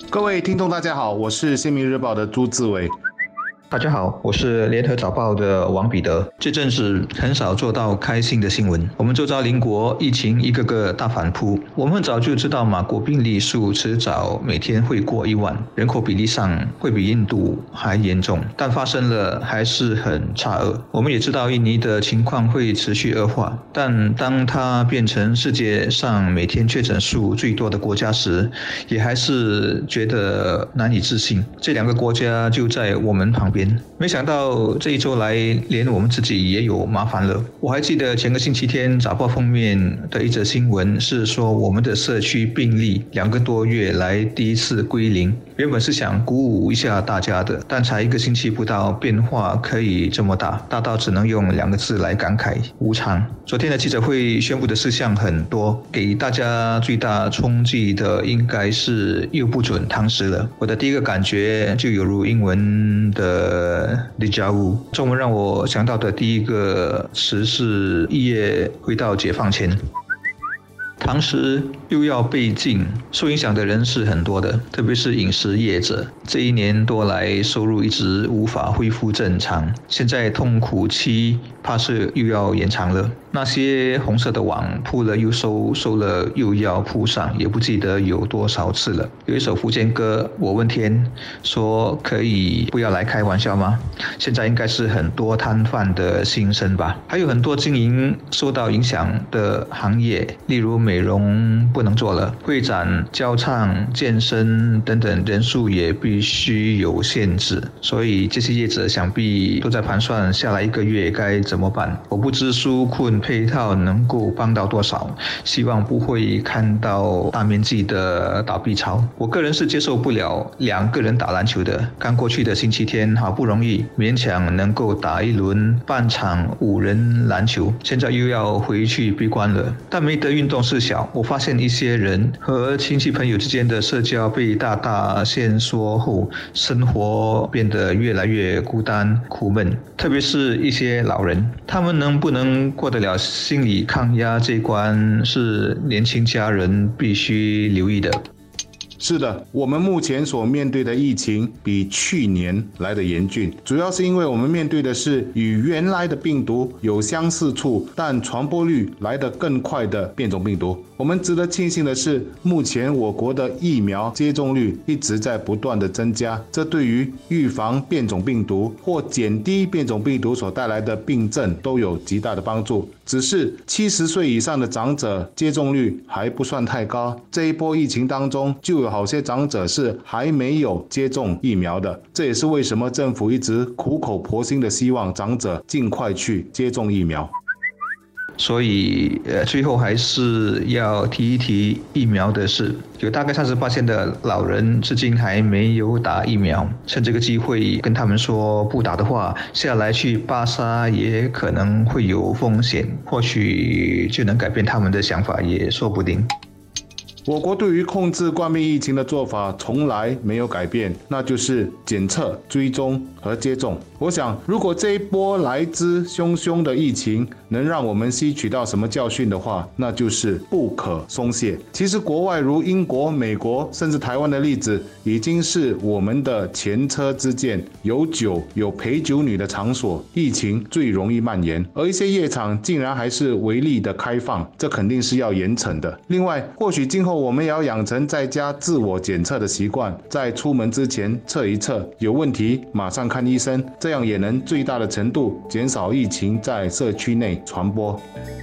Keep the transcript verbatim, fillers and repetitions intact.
各位听众，大家好，我是新民日报的朱志伟。 大家好，我是联合早报的王彼得。这阵子很少做到开心的新闻，我们周遭邻国疫情一个个大反扑。我们早就知道马国病例数迟早每天会过一万，人口比例上会比印度还严重，但发生了还是很差恶。我们也知道印尼的情况会持续恶化，但当它变成世界上每天确诊数最多的国家时，也还是觉得难以置信。这两个国家就在我们旁边。没想到这一周来，连我们自己也有麻烦了。我还记得前个星期天早报封面的一则新闻是说，我们的社区病例两个多月来第一次归零。原本是想鼓舞一下大家的，但才一个星期不到，变化可以这么大，大到只能用两个字来感慨：无常。昨天的记者会宣布的事项很多，给大家最大冲击的应该是又不准堂食了。我的第一个感觉就有如英文的呃 déjà vu， 中文让我想到的第一个词是一夜回到解放前。堂食又要被禁，受影响的人是很多的，特别是饮食业者。这一年多来，收入一直无法恢复正常，现在痛苦期怕是又要延长了。那些红色的网铺了又收，收了又要铺上，也不记得有多少次了。有一首福建歌，我问天，说可以不要来开玩笑吗？现在应该是很多摊贩的心声吧。还有很多经营受到影响的行业，例如美容不能做了，会展、教唱、健身等等人数也必须有限制，所以这些业者想必都在盘算下来一个月该怎么办。我不知纾困配套能够帮到多少，希望不会看到大面积的倒闭潮。我个人是接受不了两个人打篮球的，刚过去的星期天好不容易勉强能够打一轮半场五人篮球，现在又要回去闭关了。但没得运动是小，我发现一些人和亲戚朋友之间的社交被大大限缩后，生活变得越来越孤单苦闷，特别是一些老人，他们能不能过得了心理抗压这一关，是年轻家人必须留意的。 是的，我们目前所面对的疫情比去年来得严峻，主要是因为我们面对的是与原来的病毒有相似处，但传播率来得更快的变种病毒。我们值得庆幸的是，目前我国的疫苗接种率一直在不断的增加，这对于预防变种病毒或减低变种病毒所带来的病症都有极大的帮助。只是七十岁以上的长者接种率还不算太高，这一波疫情当中就有好些长者是还没有接种疫苗的，这也是为什么政府一直苦口婆心的希望长者尽快去接种疫苗。 所以，呃，最后还是要提一提疫苗的事。有大概三十八%的老人至今还没有打疫苗，趁这个机会跟他们说，不打的话，下来去巴沙也可能会有风险，或许就能改变他们的想法，也说不定。 我国对于控制冠病疫情的做法从来没有改变，那就是检测、追踪和接种。我想，如果这一波来之汹汹的疫情能让我们吸取到什么教训的话，那就是不可松懈。其实，国外如英国、美国，甚至台湾的例子，已经是我们的前车之鉴。有酒、有陪酒女的场所，疫情最容易蔓延，而一些夜场竟然还是唯利的开放，这肯定是要严惩的。另外，或许今后我们也要养成在家自我检测的习惯，在出门之前测一测，有问题马上看医生，这样也能最大的程度减少疫情在社区内传播。